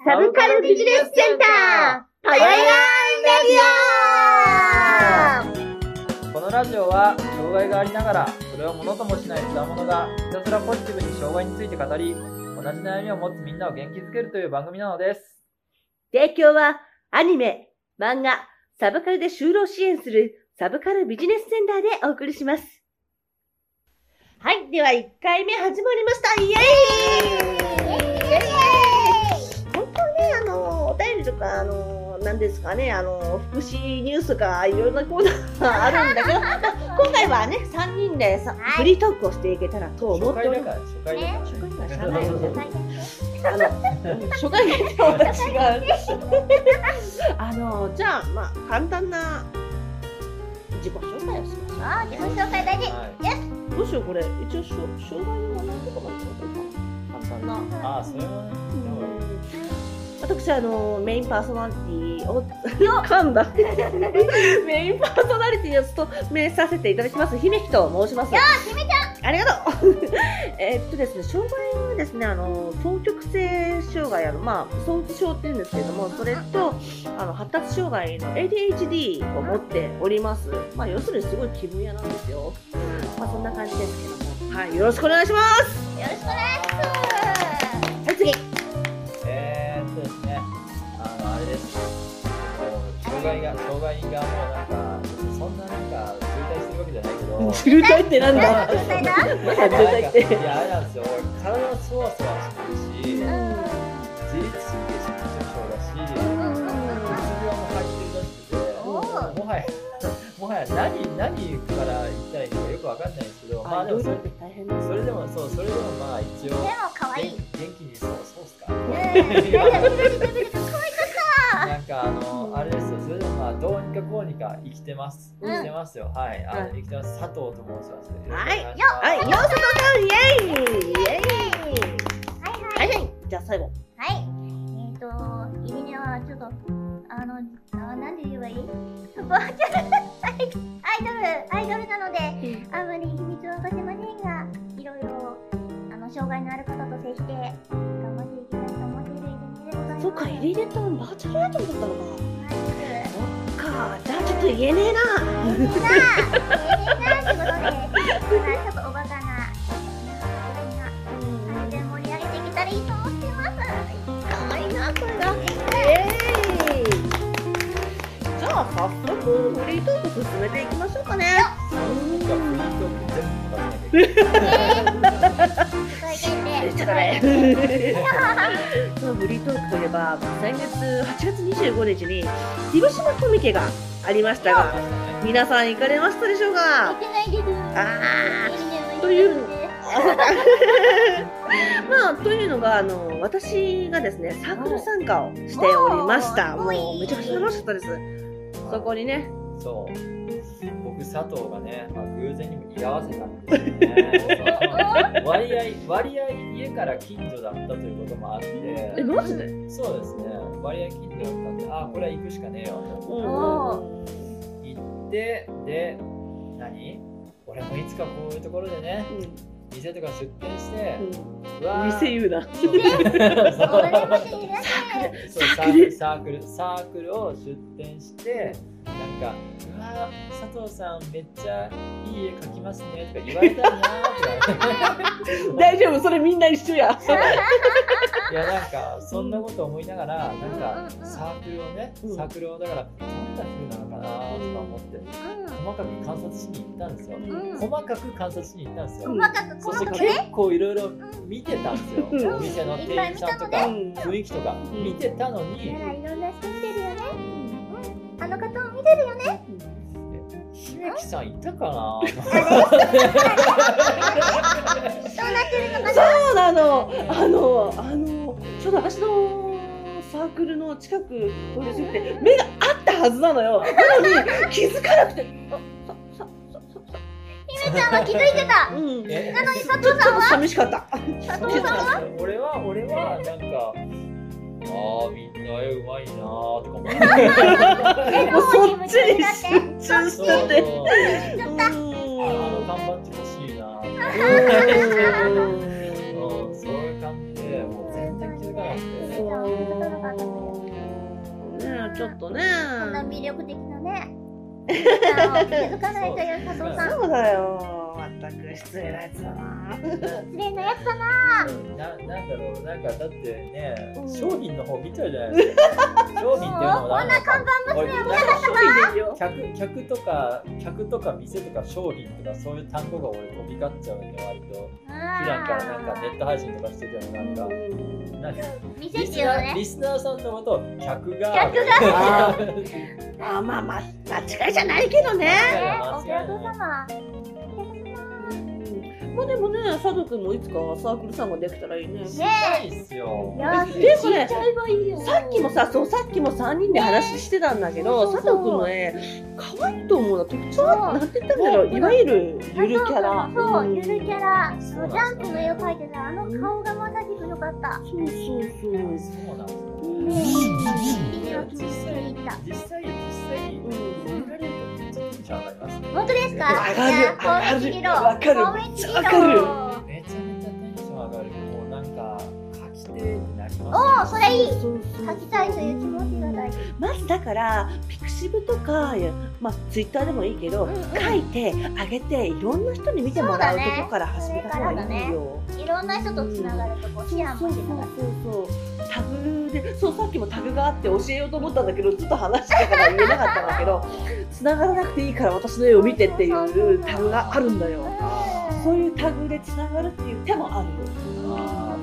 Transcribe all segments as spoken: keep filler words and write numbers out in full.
サブカルビジネスセンター、トヨヤンレディオ。 このラジオは障害がありながらそれをものともしないつわものがひたすらポジティブに障害について語り、同じ悩みを持つみんなを元気づけるという番組なのです。 提供はアニメ、漫画、サブカルで就労支援するサブカルビジネスセンターでお送りします。はい、ではいっかいめ始まりました。イエーイ本当にね、あの、お便りとか、あの、何ですかね、あの、福祉ニュースとか、いろいろなコーナーがあるんだけど、まあ、今回はね、さんにんでさ、はい、フリートークをしていけたらと思っております。 初回だから、初回だから。 初回だから、しゃあないよ、あの、初回だと私が、あの、じゃあ、まあ、簡単な自己紹介をしましょう。 あ、自己紹介大事。 はい、どうしよう、これ、一応、障害の話とかも簡単な。 ああ、それはね。 私、あの、メインパーソナリティを、噛んだ。メインパーソナリティを務めさせていただきます、姫木と申します。 よー、姫ちゃんありがとうえっとですね、障害はですね、あの、双極性障害、あの、まあ、双うつ症っていうんですけれども、それと、あの、発達障害の エーディーエイチディー を持っております。まあ、要するにすごい気分屋なんですよ。まあ、そんな感じですけども。はい、よろしくお願いします。 よろしくお願いします。 はい、次。 えーっとですね、あの、あれです。障害が、障害がもうなんか、そんななんか、渋滞してるわけじゃないけど。 渋滞ってなんだ渋滞だ渋滞って。 いや、あれなんですよ。体がそわそわしてるし、自律神経失調症だし、うつ病も入ってるらしくて、もはや、もはや何、何から言ったらいいのかよくわかんないですけど、まあでもそれ、それでも、そう、それでもまあ一応、 でも可愛い。 元気に、そう、そうっすか。 なんかあの、あれですよ、それでもまあどうにかこうにか生きてます。生きてますよ。はい、あの生きてます。佐藤と申します。 はい、よ、はい、よ、佐藤さん、イエーイイエーイはいはい、じゃあ最後。 はい、えっと、イミネはちょっと、あの、あ、なんで言えばいいバーチャルアイドル、アイドルなので、あまり秘密は明かせませんが、いろいろ、あの、障害のある方と接して、頑張っていきたいと思っているイミネでございます。 そっか、イリレタンバーチャルアイドルだったのか。 はい。 そっか、じゃあちょっと言えねえな。 言えねえな、言えねえなってことで、まあちょっとおバカな、みんな、で盛り上げていけたらいいと思ってます。 かわいいな、これが。えーい。じゃあ早速フリートーク進めていきましょうかね。 じゃあフリートーク全部任せなきゃいけない。 ちょっとね。そのフリートークといえば、先月はちがつにじゅうごにちに広島コミケがありましたが、皆さん行かれましたでしょうか？ 行ってないです。 あー、という。まあ、というのが、あの、私がですね、サークル参加をしておりました。もう、めちゃくちゃ楽しかったです。そこにね。 そう。僕、佐藤がね、まあ、偶然にも居合わせたんですよね。割合、割合家から近所だったということもあって。 え、マジで？ そうですね。割合近所だったんで、あ、これは行くしかねえよと思って。行って、で、何？俺もいつかこういうところでね、店とか出店して、 うわー、店言うな。サークル、サークル、サークルを出店して、なんか、うわー、佐藤さんめっちゃいい絵描きますねとか言われたらなーとか。 大丈夫、それみんな一緒や。 いや、なんか、そんなこと思いながら、なんか、サークルをね、サークルをだから、どんな風なのかなーとか思って、細かく観察しに行ったんですよ。細かく観察しに行ったんですよ。 細かく、 そして結構いろいろ見てたんですよ。お店の店員さんとか、雰囲気とか見てたのに。 いろんな人見てるよね。あの方も見てるよね。 姫木さんいたかな。 そうなの。あの、あの、ちょうど私のサークルの近く通り過ぎて、目があったはずなのよ。なのに気づかなくて。 姫ちゃんは気づいてた。なのに佐藤さんは寂しかった。 佐藤さんは俺は、俺は、なんか、ああ、みんな絵うまいなーとか思って。 もうそっちに集中してて。 あの、頑張ってほしいなー。そういう感じで、もう全然気づかなくて。 ゃん気づかなかったね。 ねえちょっとねこんな魅力的なねゆりちゃんを気づかないという佐藤さん。 そうだよ全く失礼なやつだな失礼なやつだな。 ななんだろう、なんかだってね、 うん商品の方見ちゃうじゃないですか。商品っていうのもこんな看板娘は見なかったか。 商品でいいよ客客とか客とか店とか商品とかそういう単語が俺飛び交っちゃうんで割と普段からなんかネット配信とかしててもなんかなんか店リスナーっていうのね。 リスナーさんのこと客が客があまあまあ間違いじゃないけどねねお客様。 まあでもね佐藤君もいつかサークルさんができたらいいねないっすよ。 いやでもね知っちゃえばいいよ。 さっきもさそうさっきもさんにんで話してたんだけどそうそうそう佐藤君のね可愛いと思うの特徴はなんて言ったんだろういわゆるゆるキャラそう、 んゆるキャラ。ジそうなんですよャンプの絵を描いてたあの顔がまさしく良かった。 そうそうそうそうなんですよ。 うんいいよ、気にしていった。 実際実際見られるとめっちゃテンション上がりますね。 本当ですか？ わかるいやわかる褒めちぎろう。 わかる褒めちぎろう。 わかるめちゃめちゃテンション上がる。もうなんか書き手になりおますお、それいい。 そうそうそう描きたいという気持ちが大事。 まずだからピクシブとかまあツイッターでもいいけど、 うんうん書いてあげていろんな人に見てもらうとこから始めた方がいいよ。 いろんな人とつながるとこ、シェアそうそうもしてたら。 そうそうタグでそうさっきもタグがあって教えようと思ったんだけどちょっと話してから言えなかったんだけど繋がらなくていいから私の絵を見てっていうタグがあるんだよ。そういうタグで繋がるっていう手もあるよ。 あ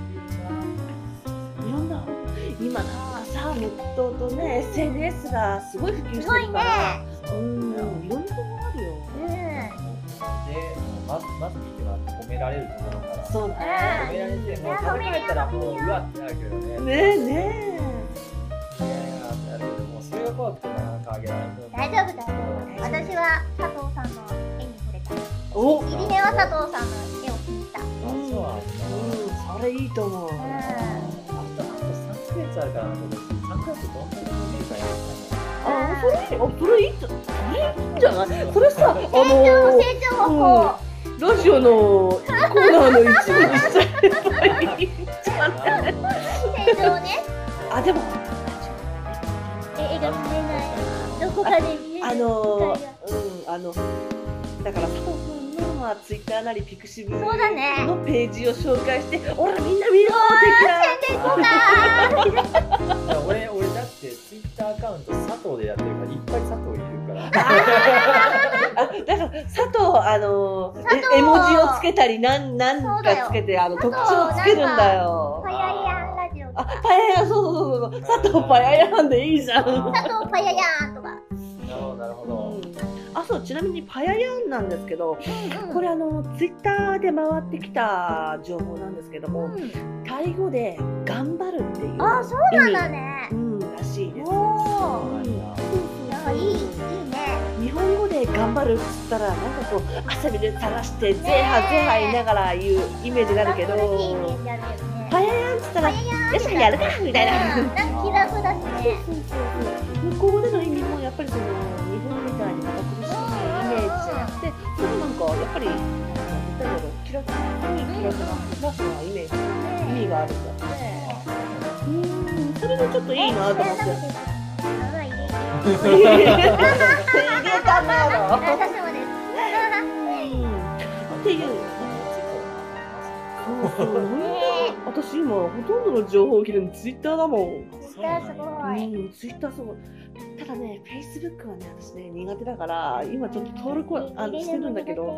いろんな今なんかさネットとね エスエヌエス がすごい普及してすごいね。 るからーうんいろんなとこあるよ。 うん。 で、まずまず見てもらって褒められるところから。 そうだ褒められて、もう食べられたらもううわってなるけどね。 ねえねいやいやってなるけど、もうそれが怖くてなかなかあげられない。 大丈夫大丈夫。私は佐藤さんの絵に触れた。 えお入り根は佐藤さんの絵を気に入った。 あ、そうなんですか。 うんそれいいと思う。 うあと、あとさんかげつあるからな、今年。さんかげつどんなに見るかやあそれいいあそれいいそれいいんじゃないそれさあのん。成長をこラジオのコーナーの一部にしちゃえばいいんじゃないう、成長をね、 あでも絵が見れない。どこかで見れる。 あのうんあのだから佐藤君のまあツイッターなりピクシブそうだね。 のページを紹介してほらみんな見よう的な俺、俺だってツイッターアカウント佐藤でやってるから、いっぱい佐藤いるから。 あだから佐藤あの佐藤え絵文字をつけたりなんなんかつけてあの佐特藤徴をつけるんだよパヤヤンラジオとあか。 パヤヤンそうそうそうそう佐藤パヤヤンでいいじゃんあ佐藤パヤヤンとか。 なるほど、なるほど。 あそうちなみにパヤヤンなんですけどうんこれあのツイッターで回ってきた情報なんですけどもうん。 タイ語で頑張るっていうあ、そうなんだね意味。うんらしいですおお。 なんだいや、いい、いいね。 日本語で頑張るっつったらなんかこう汗びれ垂らしてゼーハゼーハ言いながら言うイメージがあるけどいいイメージあるよね。 パヤヤンっつったらパヤヤンよしやるかみたいなうん、なんか気楽だしね。 向こうでの意味もやっぱりその日本みたいに堅苦しいイメージじゃなくてそれなんかやっぱりなんだろう気楽に気楽なラフなイメージ意味があるんだってうんそれでちょっといいなと思って長いね。 入れたなの私もです。 っていうそうそう私今ほとんどの情報を聞いてるのツイッターだもんツイッターすごい。 うん、ツイッターそうただね、フェイスブックはね、私ね、苦手だから、今ちょっと登録はあのしてるんだけど、うん、 フ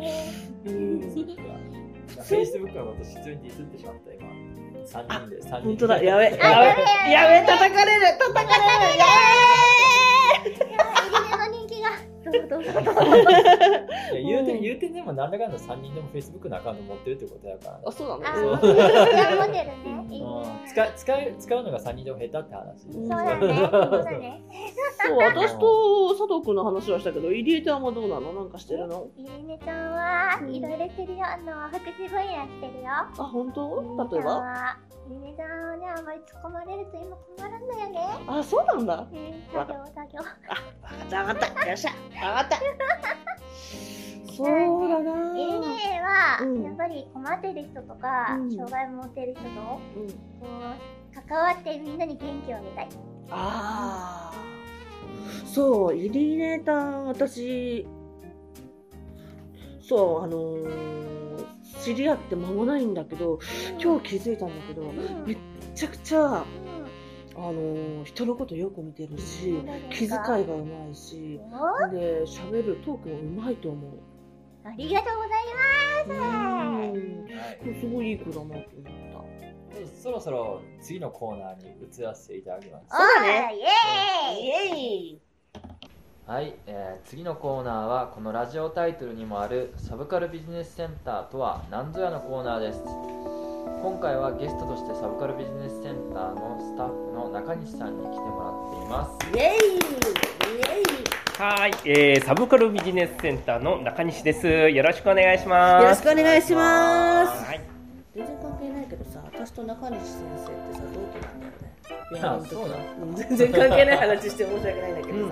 ェイスブックのこと普通にディスってしまった今。さんにんで、さんにんで。 本当だ、やべ、やべ、 あやべやべ、叩かれる、叩かれる、イエーイいや、入り根の人気が。どうどうどうどう。 いや言うて、言うてでもなんだかんださんにんでもフェイスブックのアカウント持ってるってことやからね。 あ、そうなのあ、 そうモデルね。いいね。 うん使う使う使うのがさんにんでも下手って話。 そうそうだね。そうだね。 そう、私と佐藤君の話はしたけど、入江ちゃんはどうなのなんかしてるの入り根ちゃんはいろいろしてるよ。あの、福祉分野してるよ。 あ、本当入例えばり根ちゃんはね、あんまり突っ込まれると今困るんだよね。 あ、そうなんだ。 うん、作業、作業。 あ、わかった、わかった。よっしゃ、わかった。そうだな入り根は、 うんやっぱり困ってる人とか、 うん障害を持ってる人と、 うんこう、関関わってみんなに元気をあげたい。 ああ、そう、イリーネーター、私、そう、あのー、知り合って間もないんだけど、今日気づいたんだけど、めっちゃくちゃ、あのー、人のことよく見てるし、気遣いがうまいし、で、喋るトークもうまいと思う。 ありがとうございます。 うん、すごいいい子だなと思った。 そろそろ次のコーナーに移らせていただきます。 そうだね。 イエーイ。 イエーイ。 はい、えー、次のコーナーはこのラジオタイトルにもあるサブカルビジネスセンターとは何ぞやのコーナーです。今回はゲストとしてサブカルビジネスセンターのスタッフの中西さんに来てもらっています。 イエーイ。イエーイ。 はい、えー、サブカルビジネスセンターの中西です。よろしくお願いします。 よろしくお願いします。 はい。 全然関係ないけどさ、私と中西先生ってさ、同期なんだよね。いやあそうなの、 うん、全然関係ない話して申し訳ないんだけどさ、 うん、そうなん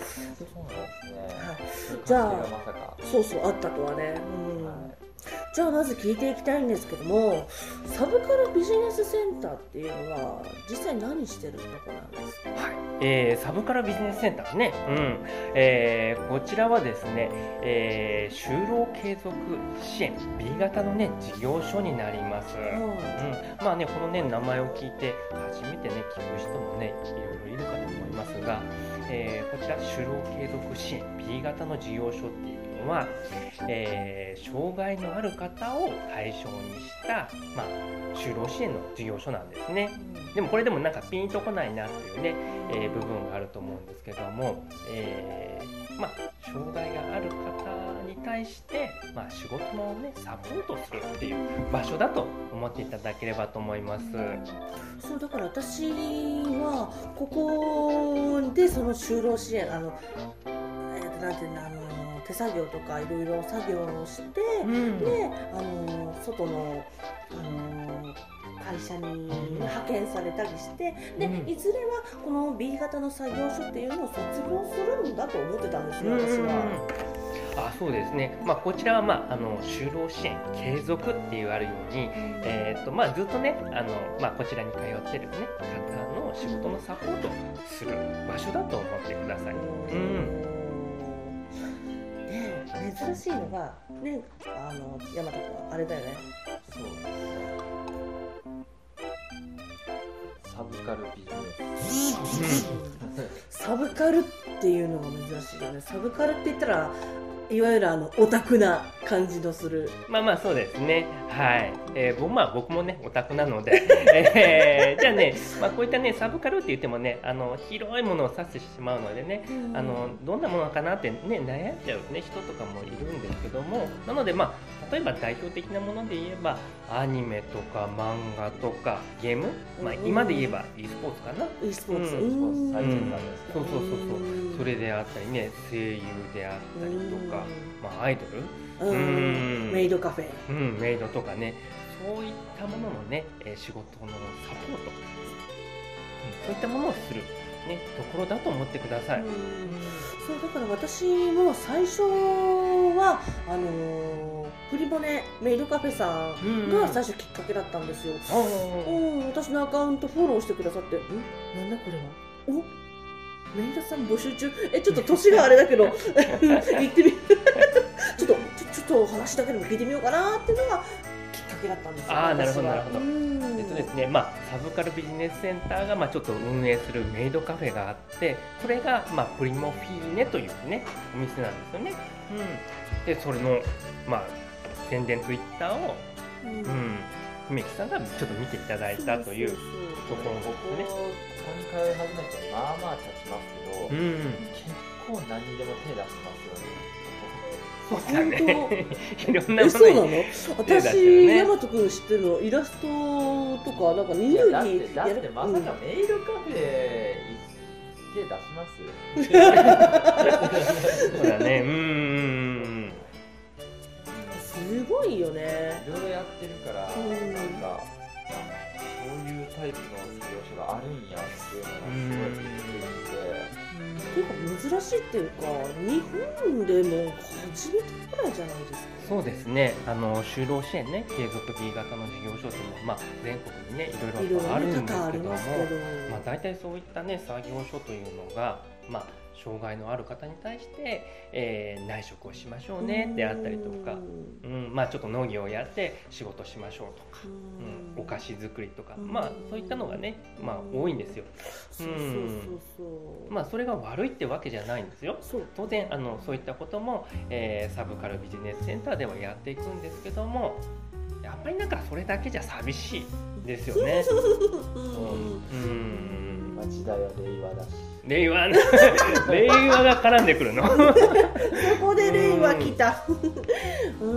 ですね。 じゃあまさかそうそうあったとはね、うん、はい、じゃあまず聞いていきたいんですけども、サブカルビジネスセンターっていうのは実際何してるとこなんですか？ はい、えー、サブカルビジネスセンターね、うん、えー、こちらはですね、えー、就労継続支援 ビー 型のね事業所になります。うんうん、まあねこのね名前を聞いて初めてね聞く人もねいろいろいるかと思いますが、えー、こちら就労継続支援 ビー 型の事業所っていうのは、えー、障害のある方を対象にした、まあ、就労支援の事業所なんですね。でもこれでもなんかピンとこないなっていうね、えー、部分があると思うんですけども、えーまあ、障害がある方に対して、まあ、仕事の、ね、サポートするっていう場所だと思っていただければと思います。 そうだから私はここでその就労支援あの、えー、なんていうのあの手作業とかいろいろ作業をして、うん、であの外のあの会社に派遣されたりして、で、うん、いずれはこの ビー 型の作業所っていうのを卒業するんだと思ってたんですよ、私は。 あ、そうですね、まあ、こちらは、まあ、あの就労支援継続っていうあるように、えーとまあ、ずっとねあの、まあ、こちらに通ってる、ね、方の仕事のサポートする場所だと思ってください。うんね、珍しいのが、ね、あの大和君あれだよね。 そうですね、サブカルビジネスサブカルっていうのが珍しいよね。サブカルって言ったらいわゆるあのオタクな感じのする。 まあまあそうですね。はい。えー、僕まあ僕もねオタクなので、えー、じゃあね、まあこういったねサブカルって言ってもねあの広いものを指してしまうのでね、うん、あのどんなものかなってね悩んじゃうね人とかもいるんですけども、なのでまあ例えば代表的なもので言えばアニメとか漫画とかゲーム、まあ今で言えば e スポーツかな。 e スポーツ、 うん、最近なんですけど、そうそうそうそう。それであったりね声優であったりとか。まあ、アイドル、 うん、メイドカフェ、 うん、メイドとかね、そういったもののね、えー、仕事のサポート、うん、そういったものをする、ね、ところだと思ってください。うん、 そうだから私も最初はあのー、プリモネメイドカフェさんが最初きっかけだったんですよ。うん、うん、私のアカウントフォローしてくださって、んなんだこれは、おメイドさん募集中、えちょっと年があれだけど行ってみちょっとちょちょっと話だけでも聞いてみようかなっていうのがきっかけだったんですよ。 ああ、なるほどなるほど。えっとですね、まあサブカルビジネスセンターがまあちょっと運営するメイドカフェがあって、それがまあプリモフィーネというねお店なんですよね。うん。でそれのまあ宣伝ツイッターを、うん、姫木さんがちょっと見ていただいたというところですね。 ここに通い始めてまあまあ経ちますけど、うん、結構何にでも手出しますよね。 そうだね。いろんなものに。 え、そうなの？私、大和くん知ってるのイラストとかなんか二遊戯やる。 だってまさかメイドカフェ手出します？ そうだね。うん。 すごいよね。 いろいろやってるから、うん、なんかそういうタイプの作業所があるんやっていうのがすごいびっくりして、 ていうか珍しいっていうか日本でも初めてくらいじゃないですか。 そうですね、あの就労支援ね、継続 B 型の事業所というのは、まあ、全国にねいろいろとあるんですけども、まあ、大体そういったね作業所というのが、まあ、障害のある方に対して、えー、内職をしましょうねであったりとか、うん、まあ、ちょっと農業をやって仕事しましょうとか、うん、お菓子作りとか、まあ、そういったのがね、まあ、多いんですよ。 そうそうそうそう。 まあ、それが悪いってわけじゃないんですよ。当然あのそういったことも、えー、サブカルビジネスセンターではやっていくんですけども、やっぱりなんかそれだけじゃ寂しいですよね。うん、 まあ、時代は令和だし。 令和令和が絡んでくるの。そこで令和来た。うん、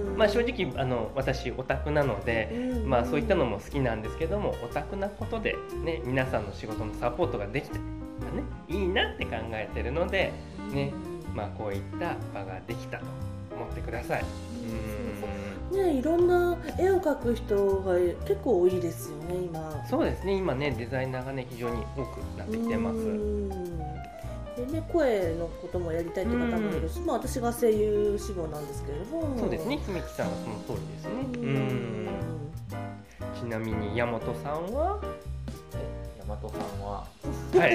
まあ正直あの私オタクなので、まあそういったのも好きなんですけども、オタクなことでね皆さんの仕事のサポートができて、ね、いいなって考えてるのでね、まあこういった場ができたと思ってください。 うんね、いろんな絵を描く人が結構多いですよね今。 そうですね、今ねデザイナーがね非常に多くなってきてます。 でね、声のこともやりたいという方もいるし、まあ、私が声優志望なんですけれども。 そうですね、姫木さんはその通りですね。うんちなみに山本さんは大和さんははい。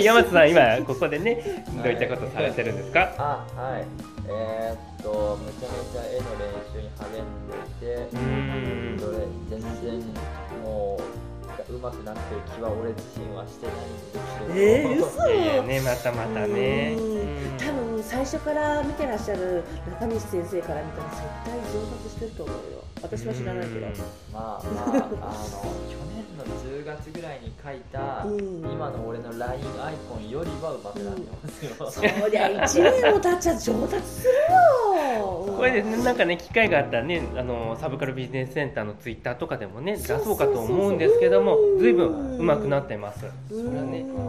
大和さん今ここでねどういったことされてるんですか？ あ、はい。えー、っとめちゃめちゃ絵の練習に励んでいて、うんそれ全然もう上手くなってる気は俺自身はしてないんですけど。 えー、嘘。 いやねまたまたね。 多分最初から見てらっしゃる中西先生から見たら絶対上達してると思うよ。私は知らないけど。 まあまあ、あの去年のじゅうがつぐらいに描いた、うん、今の俺の ライン アイコンよりは上手くなってますよ。うん、 そりゃいちねんも経っちゃ上達するよ。 これですね、なんかね機会があったらね、あのサブカルビジネスセンターのツイッターとかでもね出そうかと思うんですけども、ずいぶん上手くなってます。それはね。うん。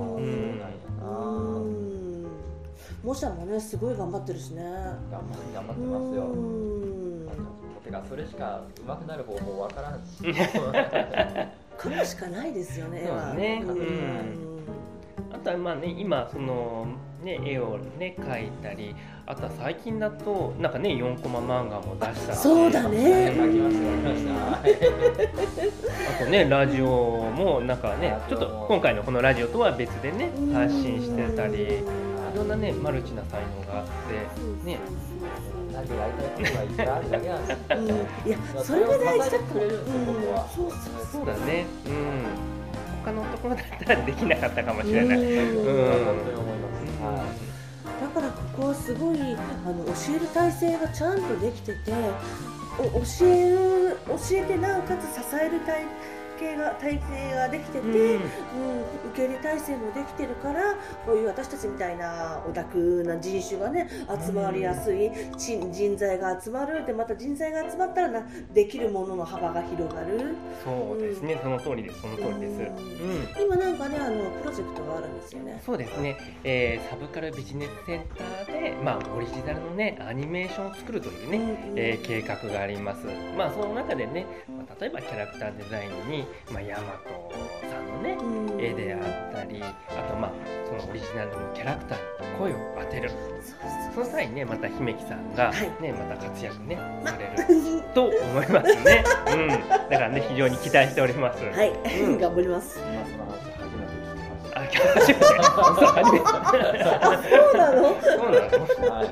もしゃもねすごい頑張ってるしね。 頑張って頑張ってますよ。てかそれしか上手くなる方法わからんし。 書くしかないですよね。 そうね。うん。あとはまあね今そのね絵をね描いたり、あとは最近だとなんかねよんコマ漫画も出した。 そうだね。 描きました描きました。あとねラジオもなんかねちょっと今回のこのラジオとは別でね発信してたり、いろんなねマルチな才能があってね。 何かやりたいことがいっぱいあるだけなんですよ。 いやそれが大事だと思う。 そうそうだね。うん。他のところだったらできなかったかもしれない。うん。本当に思います。 だからここはすごいあの教える体制がちゃんとできてて、お教える教えてなおかつ支える体系が体制ができてて、うん、うん、受け入れ体制もできてるから、こういう私たちみたいなオタクな人種がね集まりやすい、うん、人材が集まるで、また人材が集まったらなできるものの幅が広がる。 そうですね、うん、その通りですその通りです。うんうん、今なんかねあのプロジェクトがあるんですよね。 そうですね、えー、サブカルビジネスセンターで、まあ、オリジナルのねアニメーションを作るというね、うんうん、えー、計画があります。まあその中でね、まあ、例えばキャラクターデザインに、まあ、ヤマトさんのね、うん、絵であったり、あとまあそのオリジナルのキャラクターに声を当てる。その際にねまた姫木さんがね、はい、また活躍ねされると思いますね。うん、だからね非常に期待しております。 はい、うん、頑張ります。 あ、初めて。初めて。 あ、そうなの？ そうなの。はい。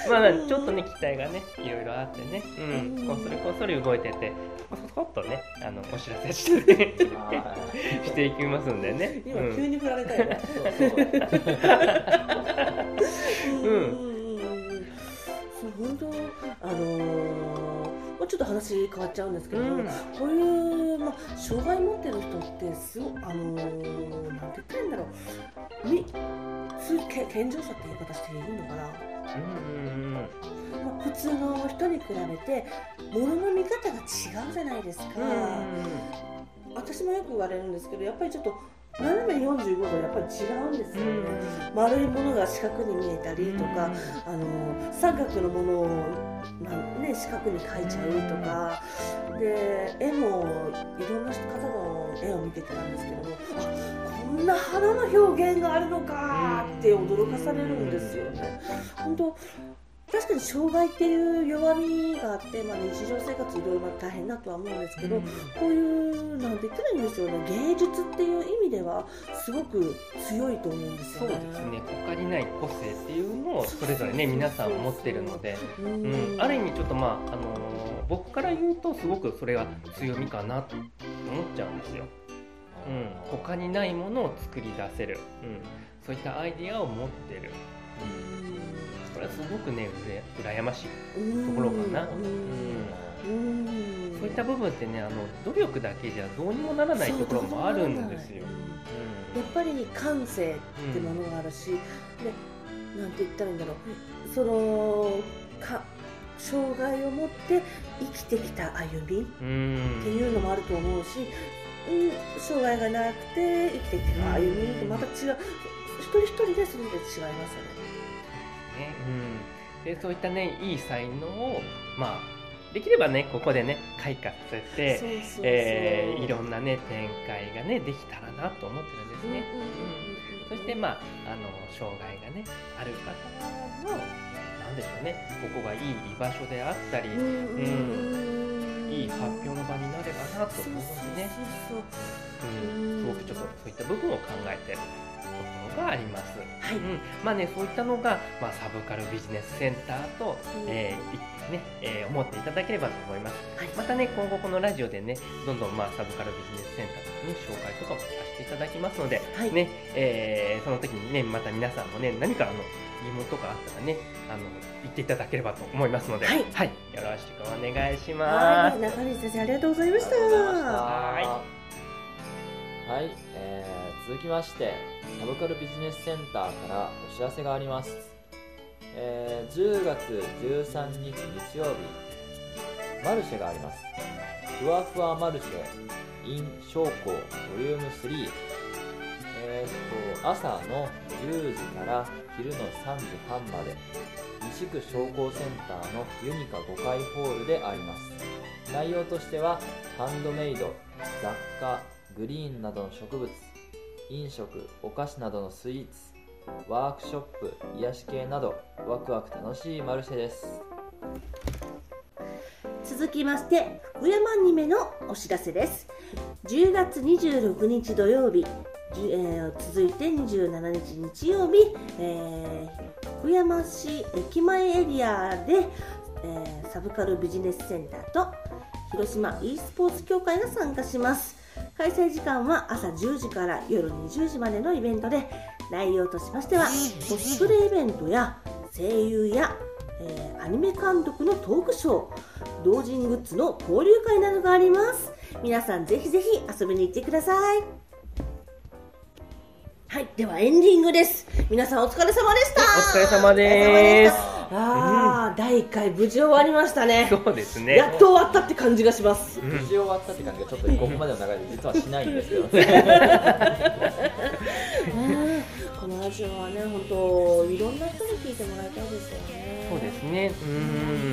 まあちょっとね期待がねいろいろあってね、うん、こっそりこっそり動いてて、こそこっとねあのお知らせしてしていきますんでね。 今急に振られたよね。うん。そう本当あのー、ちょっと話変わっちゃうんですけど、うん、こういう、まあ、障害持ってる人ってすごあのー、なんて言ったらいいんだろう、みけ健常者って言い方していいのかな、うんまあ、普通の人に比べて物の見方が違うじゃないですか、うん、私もよく言われるんですけど、やっぱりちょっと斜めよんじゅうごどやっぱり違うんですよね。丸いものが四角に見えたりとか、あの三角のものを、まあね、四角に描いちゃうとかで、絵もいろんな方の絵を見てきたんですけども、あ、こんな花の表現があるのかって驚かされるんですよね。本当確かに障害っていう弱みがあって、まあ、日常生活いろいろ大変だとは思うんですけど、うん、こういうなんて言ったらいいんですよね、芸術っていう意味ではすごく強いと思うんですよね。 そうですね、他にない個性っていうのをそれぞれね皆さん持ってるので、うん、ある意味ちょっとまあ、あのー、僕から言うとすごくそれが強みかなと思っちゃうんですよ。うん、他にないものを作り出せる、うん、そういったアイディアを持ってる、うん、これはすごくねうら羨ましいところかな。うん、そういった部分ってね、あの努力だけじゃどうにもならないところもあるんですよ。 うん、やっぱり感性ってものがあるし、うん、でなんて言ったらいいんだろう、そのか障害を持って生きてきた歩みっていうのもあると思うし、うん、障害がなくて生きてきた歩みとまた違う、一人一人でそれぞれ違いますよね。 ね、うん、でそういったねいい才能をまあできればねここでね開花させて、そうそうそう、えー、いろんなね展開がねできたらなと思ってるんですね。うん、そしてまああの障害がねある方のなんでしょうね、ここがいい居場所であったり、うん、いい発表の場になればなと思うのでね、すごくちょっとそういった部分を考えてるところがあります。はい、うん、まあねそういったのが、まあ、サブカルビジネスセンターと、うん、えーねえー、思っていただければと思います。はい、またね今後このラジオでねどんどん、まあ、サブカルビジネスセンターとかね紹介とかもさせていただきますので、はい、ねえー、その時にねまた皆さんもね何かあの疑問とかあったらねあの言っていただければと思いますので、はい、はい、よろしくお願いします。 はい、中西先生ありがとうございました。 はい、はい、えー、続きましてサブカルビジネスセンターからお知らせがあります。えー、じゅうがつじゅうさんにち日曜日マルシェがあります。ふわふわマルシェ in 商工ボリュームスリー、えー、っと朝のじゅうじから昼のさんじはんまで西区商工センターのユニカごかいホールであります。内容としてはハンドメイド、雑貨、グリーンなどの植物、飲食、お菓子などのスイーツ、ワークショップ、癒し系などワクワク楽しいマルシェです。 続きまして福山アニメのお知らせです。じゅうがつにじゅうろくにち土曜日、えー、続いてにじゅうしちにち日曜日、えー、福山市駅前エリアで、えー、サブカルビジネスセンターと広島 e スポーツ協会が参加します。開催時間は朝じゅうじから夜にじゅうじまでのイベントで、内容としましてはコスプレイベントや声優や、えー、アニメ監督のトークショー、同人グッズの交流会などがあります。皆さんぜひぜひ遊びに行ってください。はい、ではエンディングです。皆さんお疲れ様でした。 お疲れ様です。 ああ、うん、だいいっかい無事終わりましたね。 そうですね。 やっと終わったって感じがします。 無事終わったって感じがちょっとここまでの流れで実はしないんですけど。 このラジオはね、本当いろんな人に聞いてもらいたいですよね。 そうですね。うん。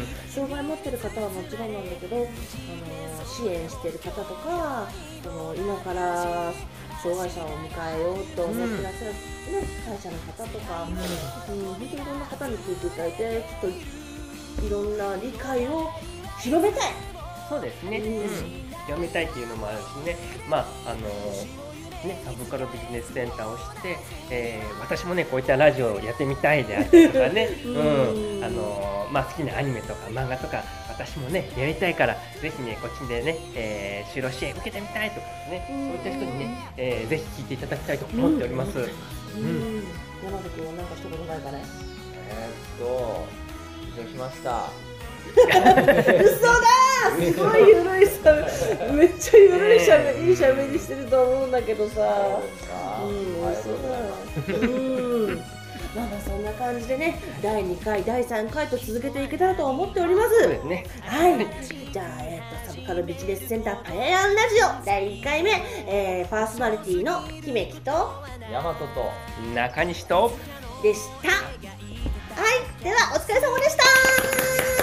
障害持ってる方はもちろんなんだけど、あの支援してる方とか、その今から障害者を迎えようと思ってらっしゃる、うんね、会社の方とか、うん、本当にいろんな方に聞いていただいて、ちょっといろんな理解を広めたい。 そうですね。うん、広めたいっていうのもあるしね。まああのーね、サブカルビジネスセンターをして、えー、私もねこういったラジオをやってみたいであったりとかね、うん、あのー、まあ好きなアニメとか漫画とか私もねやりたいからぜひねこっちでね、えー、就労支援受けてみたいとかね、そういった人にね、えー、ぜひ聞いていただきたいと思っております。うん、うん、 山田君は何か一言ないかね。 えー、っと以上しました。 嘘だー、すごいゆるいさ、めっちゃゆるいしゃべ、いいしゃべりしてると思うんだけどさ。 そうですか。うん、 嘘だ。うん。 まあまあそんな感じでね、だいにかい、だいさんかいと続けていけたらと思っております。 そうですね。 はい、じゃあ、えー、とサブカルビジネスセンターパヤヤンラジオだいいっかいめ、えー、パーソナリティの姫木と大和と中西とでした。はい、ではお疲れ様でした。